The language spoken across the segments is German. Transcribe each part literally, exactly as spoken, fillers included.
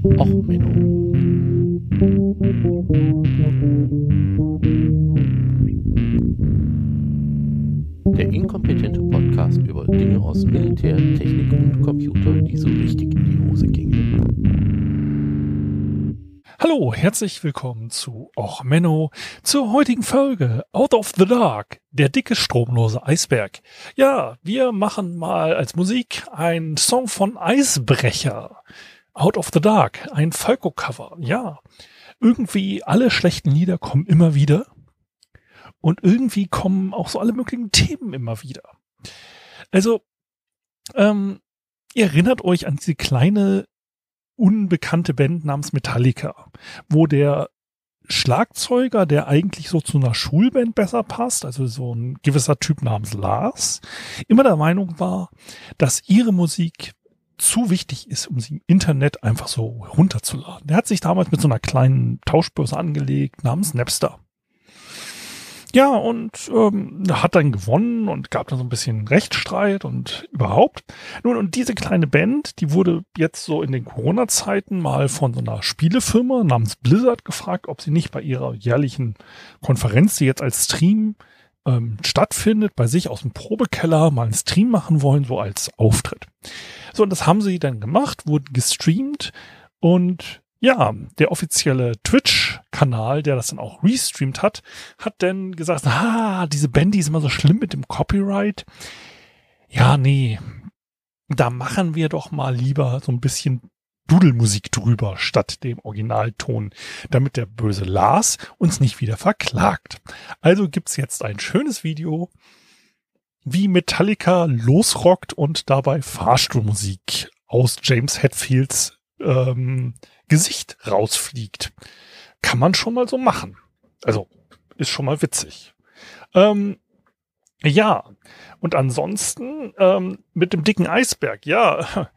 Och, Menno. Der inkompetente Podcast über Dinge aus Militär, Technik und Computer, die so richtig in die Hose gingen. Hallo, herzlich willkommen zu Och Menno, zur heutigen Folge Out of the Dark, der dicke stromlose Eisberg. Ja, wir machen mal als Musik einen Song von Eisbrecher. Out of the Dark, ein Falco-Cover. Ja, irgendwie alle schlechten Lieder kommen immer wieder und irgendwie kommen auch so alle möglichen Themen immer wieder. Also, ähm, ihr erinnert euch an diese kleine unbekannte Band namens Metallica, wo der Schlagzeuger, der eigentlich so zu einer Schulband besser passt, also so ein gewisser Typ namens Lars, immer der Meinung war, dass ihre Musik zu wichtig ist, um sie im Internet einfach so runterzuladen. Der hat sich damals mit so einer kleinen Tauschbörse angelegt namens Napster. Ja, und ähm, hat dann gewonnen und gab dann so ein bisschen Rechtsstreit und überhaupt. Nun, und diese kleine Band, die wurde jetzt so in den Corona-Zeiten mal von so einer Spielefirma namens Blizzard gefragt, ob sie nicht bei ihrer jährlichen Konferenz, die jetzt als Stream ähm, stattfindet, bei sich aus dem Probekeller mal einen Stream machen wollen, so als Auftritt. So, und das haben sie dann gemacht, wurden gestreamt und ja, der offizielle Twitch-Kanal, der das dann auch restreamt hat, hat dann gesagt, ah, diese Band, die ist immer so schlimm mit dem Copyright. Ja, nee, da machen wir doch mal lieber so ein bisschen Dudelmusik drüber statt dem Originalton, damit der böse Lars uns nicht wieder verklagt. Also gibt's jetzt ein schönes Video, wie Metallica losrockt und dabei Fahrstuhlmusik aus James Hetfields ähm, Gesicht rausfliegt. Kann man schon mal so machen. Also, ist schon mal witzig. Ähm, ja, und ansonsten ähm, mit dem dicken Eisberg, ja.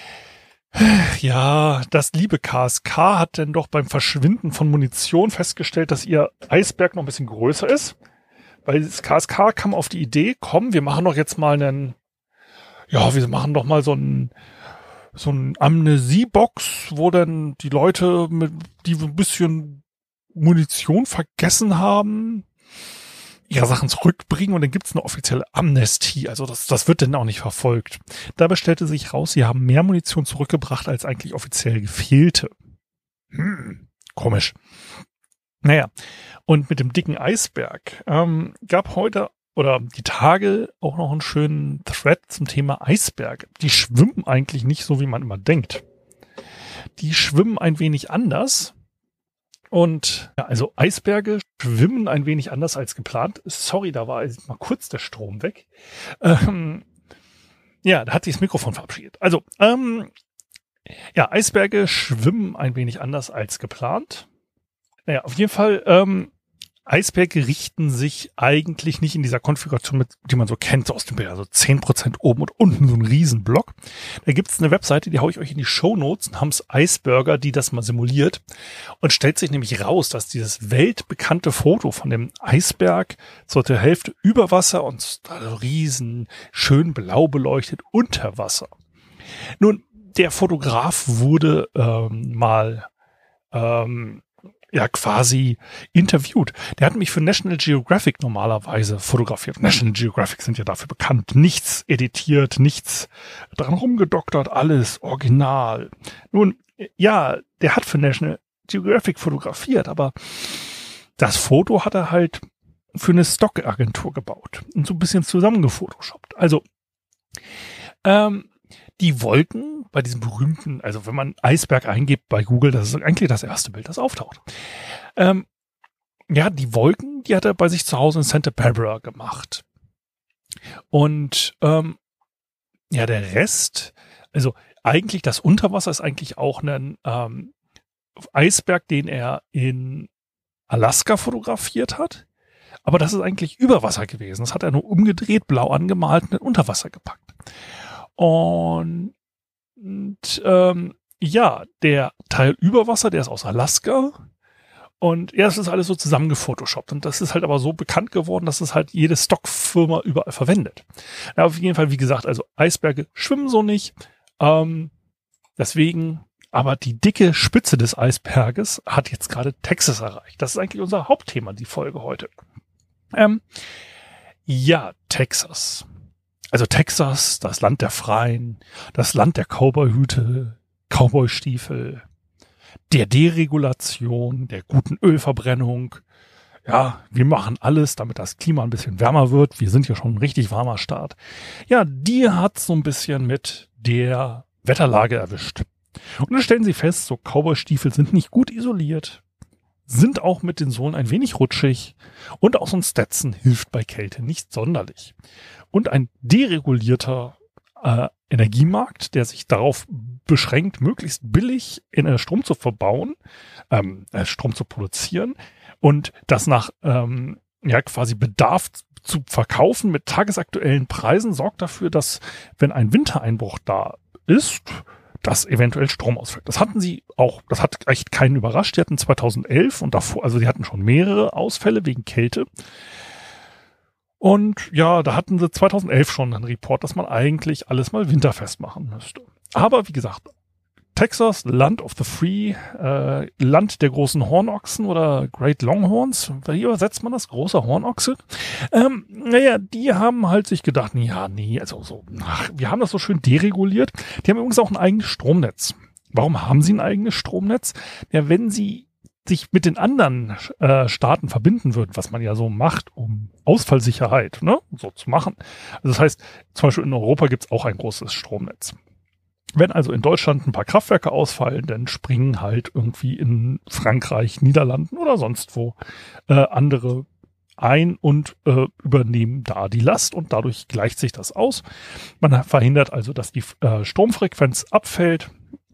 Ja, das liebe K S K hat denn doch beim Verschwinden von Munition festgestellt, dass ihr Eisberg noch ein bisschen größer ist. Weil das K S K kam auf die Idee, komm, wir machen doch jetzt mal einen, ja, wir machen doch mal so einen so ein Amnesiebox, wo dann die Leute, mit, die ein bisschen Munition vergessen haben, ihre Sachen zurückbringen und dann gibt's eine offizielle Amnestie. Also das, das wird dann auch nicht verfolgt. Dabei stellte sich raus, sie haben mehr Munition zurückgebracht, als eigentlich offiziell gefehlte. Hm, komisch. Naja, und mit dem dicken Eisberg ähm, gab heute oder die Tage auch noch einen schönen Thread zum Thema Eisberge. Die schwimmen eigentlich nicht so, wie man immer denkt. Die schwimmen ein wenig anders. Und ja, also Eisberge schwimmen ein wenig anders als geplant. Sorry, da war jetzt mal kurz der Strom weg. Ähm, ja, da hat sich das Mikrofon verabschiedet. Also, ähm, ja, Eisberge schwimmen ein wenig anders als geplant. Naja, auf jeden Fall, ähm, Eisberge richten sich eigentlich nicht in dieser Konfiguration, mit, die man so kennt, so aus dem Bild. Also zehn Prozent oben und unten so ein Riesenblock. Da gibt's eine Webseite, die haue ich euch in die Shownotes, namens Iceberger, die das mal simuliert. Und stellt sich nämlich raus, dass dieses weltbekannte Foto von dem Eisberg so zur Hälfte über Wasser und also riesen, schön blau beleuchtet unter Wasser. Nun, der Fotograf wurde ähm, mal ähm, ja quasi interviewt. Der hat mich für National Geographic normalerweise fotografiert. National Geographic sind ja dafür bekannt. Nichts editiert, nichts dran rumgedoktert, alles original. Nun, ja, der hat für National Geographic fotografiert, aber das Foto hat er halt für eine Stockagentur gebaut und so ein bisschen zusammengefotoshoppt. Also, ähm, die Wolken bei diesem berühmten, also wenn man Eisberg eingibt bei Google, das ist eigentlich das erste Bild, das auftaucht. Ähm, ja, die Wolken, die hat er bei sich zu Hause in Santa Barbara gemacht. Und ähm, ja, der Rest, also eigentlich das Unterwasser ist eigentlich auch ein ähm, Eisberg, den er in Alaska fotografiert hat. Aber das ist eigentlich Überwasser gewesen. Das hat er nur umgedreht, blau angemalt und in Unterwasser gepackt. Und ähm, ja, der Teil Überwasser, der ist aus Alaska. Und ja, das ist alles so zusammengefotoshoppt. Und das ist halt aber so bekannt geworden, dass es halt jede Stockfirma überall verwendet. Ja, auf jeden Fall, wie gesagt, also Eisberge schwimmen so nicht. Ähm, deswegen Aber die dicke Spitze des Eisberges hat jetzt gerade Texas erreicht. Das ist eigentlich unser Hauptthema, die Folge heute. Ähm, ja, Texas. Also Texas, das Land der Freien, das Land der Cowboyhüte, Cowboystiefel, der Deregulation, der guten Ölverbrennung. Ja, wir machen alles, damit das Klima ein bisschen wärmer wird. Wir sind ja schon ein richtig warmer Staat. Ja, die hat so ein bisschen mit der Wetterlage erwischt. Und dann stellen sie fest, so Cowboystiefel sind nicht gut isoliert, sind auch mit den Sohlen ein wenig rutschig und auch so ein Stetson hilft bei Kälte nicht sonderlich. Und ein deregulierter äh, Energiemarkt, der sich darauf beschränkt, möglichst billig in, äh, Strom zu verbauen, ähm, äh, Strom zu produzieren und das nach ähm, ja quasi Bedarf zu verkaufen mit tagesaktuellen Preisen, sorgt dafür, dass, wenn ein Wintereinbruch da ist, dass eventuell Strom ausfällt. Das hatten sie auch, das hat echt keinen überrascht. Die hatten zweitausendelf und davor, also die hatten schon mehrere Ausfälle wegen Kälte. Und ja, da hatten sie zweitausendelf schon einen Report, dass man eigentlich alles mal winterfest machen müsste. Aber wie gesagt, Texas, Land of the Free, äh, Land der großen Hornochsen oder Great Longhorns, wie übersetzt man das? Großer Hornochse? Ähm, naja, die haben halt sich gedacht, ja, nee, also so, ach, wir haben das so schön dereguliert. Die haben übrigens auch ein eigenes Stromnetz. Warum haben sie ein eigenes Stromnetz? Ja, wenn sie sich mit den anderen äh, Staaten verbinden würden, was man ja so macht, um Ausfallsicherheit, ne, so zu machen. Also das heißt, zum Beispiel in Europa gibt es auch ein großes Stromnetz. Wenn also in Deutschland ein paar Kraftwerke ausfallen, dann springen halt irgendwie in Frankreich, Niederlanden oder sonst wo äh, andere ein und äh, übernehmen da die Last und dadurch gleicht sich das aus. Man verhindert also, dass die äh, Stromfrequenz abfällt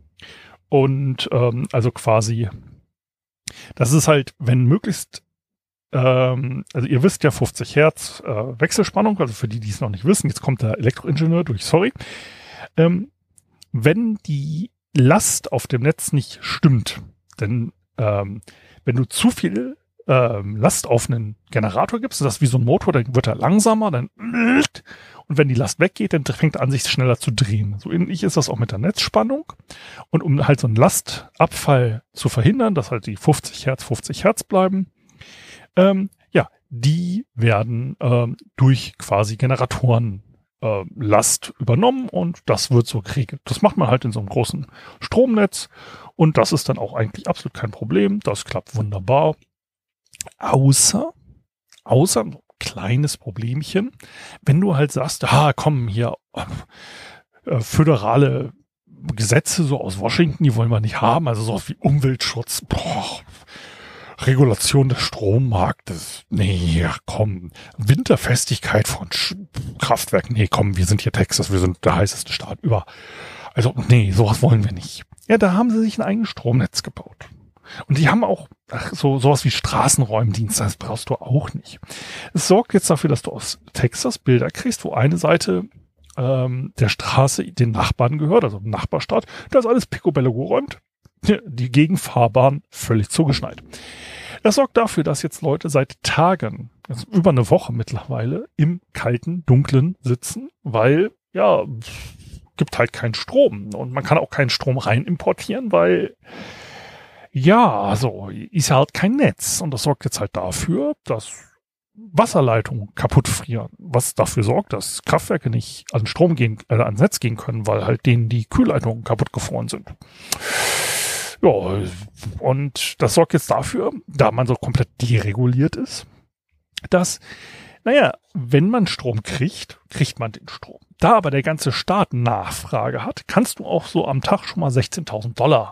und ähm, also quasi das ist halt, wenn möglichst, ähm, also ihr wisst ja fünfzig Hertz äh, Wechselspannung, also für die, die es noch nicht wissen, jetzt kommt der Elektroingenieur durch, sorry. Ähm, wenn die Last auf dem Netz nicht stimmt, denn ähm, wenn du zu viel ähm, Last auf einen Generator gibst, das ist wie so ein Motor, dann wird er langsamer, dann und wenn die Last weggeht, dann fängt er an, sich schneller zu drehen. So ähnlich ist das auch mit der Netzspannung. Und um halt so einen Lastabfall zu verhindern, dass halt die fünfzig Hertz fünfzig Hertz bleiben, ähm, ja, die werden ähm, durch quasi Generatoren äh, Last übernommen und das wird so geregelt. Das macht man halt in so einem großen Stromnetz und das ist dann auch eigentlich absolut kein Problem. Das klappt wunderbar. Außer, außer kleines Problemchen, wenn du halt sagst, ah, komm, hier äh, föderale Gesetze so aus Washington, die wollen wir nicht haben, also sowas wie Umweltschutz, boah, Regulation des Strommarktes, nee, komm, Winterfestigkeit von Sch- Kraftwerken, nee, komm, wir sind hier Texas, wir sind der heißeste Staat über, also nee, sowas wollen wir nicht. Ja, da haben sie sich ein eigenes Stromnetz gebaut. Und die haben auch ach, so sowas wie Straßenräumdienste, das brauchst du auch nicht. Es sorgt jetzt dafür, dass du aus Texas Bilder kriegst, wo eine Seite ähm, der Straße den Nachbarn gehört, also im Nachbarstaat. Da ist alles picobello geräumt, die Gegenfahrbahn völlig zugeschneit. Das sorgt dafür, dass jetzt Leute seit Tagen, also über eine Woche mittlerweile, im kalten, dunklen sitzen, weil, ja, gibt halt keinen Strom. Und man kann auch keinen Strom rein importieren, weil ja, also ist halt kein Netz und das sorgt jetzt halt dafür, dass Wasserleitungen kaputt frieren, was dafür sorgt, dass Kraftwerke nicht an Strom gehen, äh, ans Netz gehen können, weil halt denen die Kühlleitungen kaputt gefroren sind. Ja, und das sorgt jetzt dafür, da man so komplett dereguliert ist, dass, naja, wenn man Strom kriegt, kriegt man den Strom. Da aber der ganze Staat Nachfrage hat, kannst du auch so am Tag schon mal sechzehntausend Dollar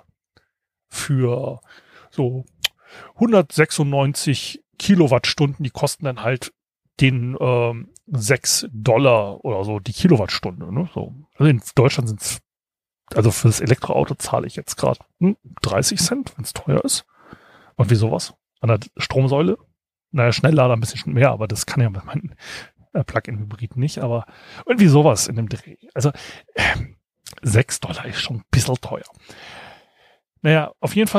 für so hundertsechsundneunzig Kilowattstunden, die kosten dann halt den ähm, sechs Dollar oder so die Kilowattstunde. Ne? So. Also in Deutschland sind es, also für das Elektroauto zahle ich jetzt gerade hm, dreißig Cent, wenn es teuer ist. Und wie sowas? An der Stromsäule? Naja, Schnelllader ein bisschen mehr, aber das kann ja mit meinem äh, Plug-in-Hybrid nicht, aber irgendwie sowas in dem Dreh. Also äh, sechs Dollar ist schon ein bisschen teuer. Naja, auf jeden Fall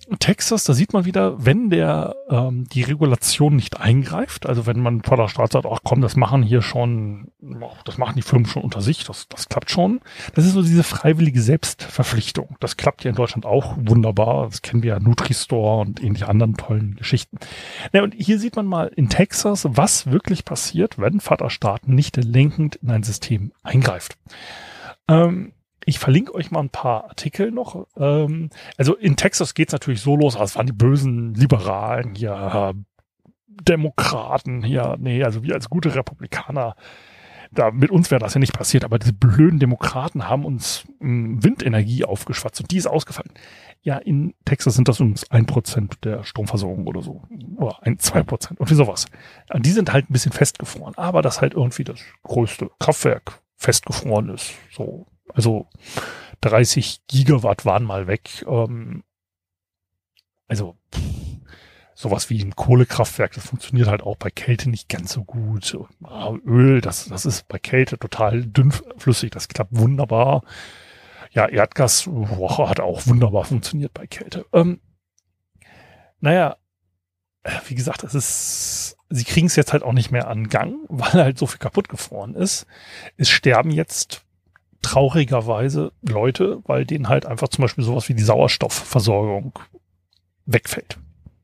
Texas, da sieht man wieder, wenn der ähm, die Regulation nicht eingreift, also wenn man vor der Staat sagt, ach komm, das machen hier schon, das machen die Firmen schon unter sich, das, das klappt schon. Das ist so diese freiwillige Selbstverpflichtung. Das klappt ja in Deutschland auch wunderbar. Das kennen wir ja, Nutri-Store und ähnliche anderen tollen Geschichten. Ja, und hier sieht man mal in Texas, was wirklich passiert, wenn Vaterstaat nicht lenkend in ein System eingreift. Ähm, Ich verlinke euch mal ein paar Artikel noch. Ähm, also in Texas geht's natürlich so los, als waren die bösen Liberalen hier, Demokraten hier, nee, also wir als gute Republikaner, da mit uns wäre das ja nicht passiert, aber diese blöden Demokraten haben uns mh, Windenergie aufgeschwatzt und die ist ausgefallen. Ja, in Texas sind das uns ein Prozent der Stromversorgung oder so. Oder ein, zwei Prozent und wie sowas. Die sind halt ein bisschen festgefroren, aber das halt irgendwie das größte Kraftwerk festgefroren ist, so. Also dreißig Gigawatt waren mal weg. Ähm, also pff, sowas wie ein Kohlekraftwerk, das funktioniert halt auch bei Kälte nicht ganz so gut. Öl, das, das ist bei Kälte total dünnflüssig, das klappt wunderbar. Ja, Erdgas boah, hat auch wunderbar funktioniert bei Kälte. Ähm, naja, wie gesagt, es ist, sie kriegen es jetzt halt auch nicht mehr an Gang, weil halt so viel kaputt gefroren ist. Es sterben jetzt traurigerweise Leute, weil denen halt einfach zum Beispiel sowas wie die Sauerstoffversorgung wegfällt.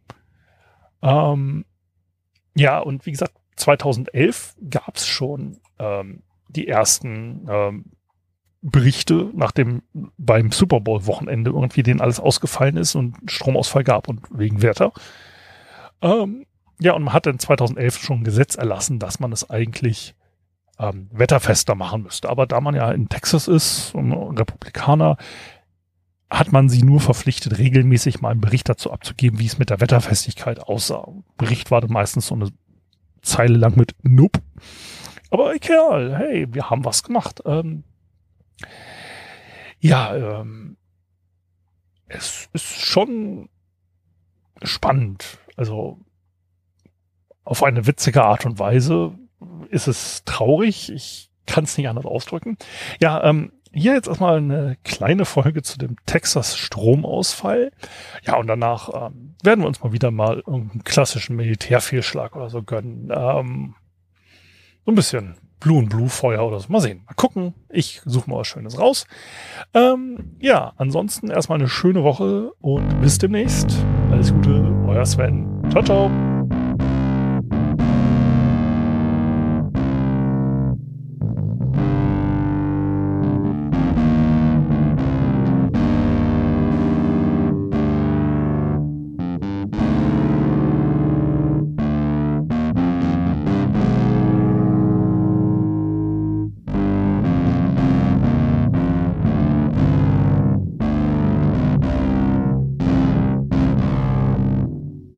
Ähm, ja, und wie gesagt, zweitausendelf gab es schon ähm, die ersten ähm, Berichte, nachdem beim Super Bowl-Wochenende irgendwie denen alles ausgefallen ist und Stromausfall gab und wegen Wetter. Ähm, ja, und man hat dann zweitausendelf schon ein Gesetz erlassen, dass man es eigentlich Ähm, wetterfester machen müsste. Aber da man ja in Texas ist, und Republikaner, hat man sie nur verpflichtet, regelmäßig mal einen Bericht dazu abzugeben, wie es mit der Wetterfestigkeit aussah. Bericht war dann meistens so eine Zeile lang mit Nope. Aber egal, hey, wir haben was gemacht. Ähm, ja, ähm, es ist schon spannend. Also auf eine witzige Art und Weise ist es traurig. Ich kann es nicht anders ausdrücken. Ja, ähm, hier jetzt erstmal eine kleine Folge zu dem Texas-Stromausfall. Ja, und danach ähm, werden wir uns mal wieder mal irgendeinen klassischen Militärfehlschlag oder so gönnen. Ähm, so ein bisschen Blue and Blue Feuer oder so. Mal sehen. Mal gucken. Ich suche mal was Schönes raus. Ähm, ja, ansonsten erstmal eine schöne Woche und bis demnächst. Alles Gute, euer Sven. Ciao, ciao.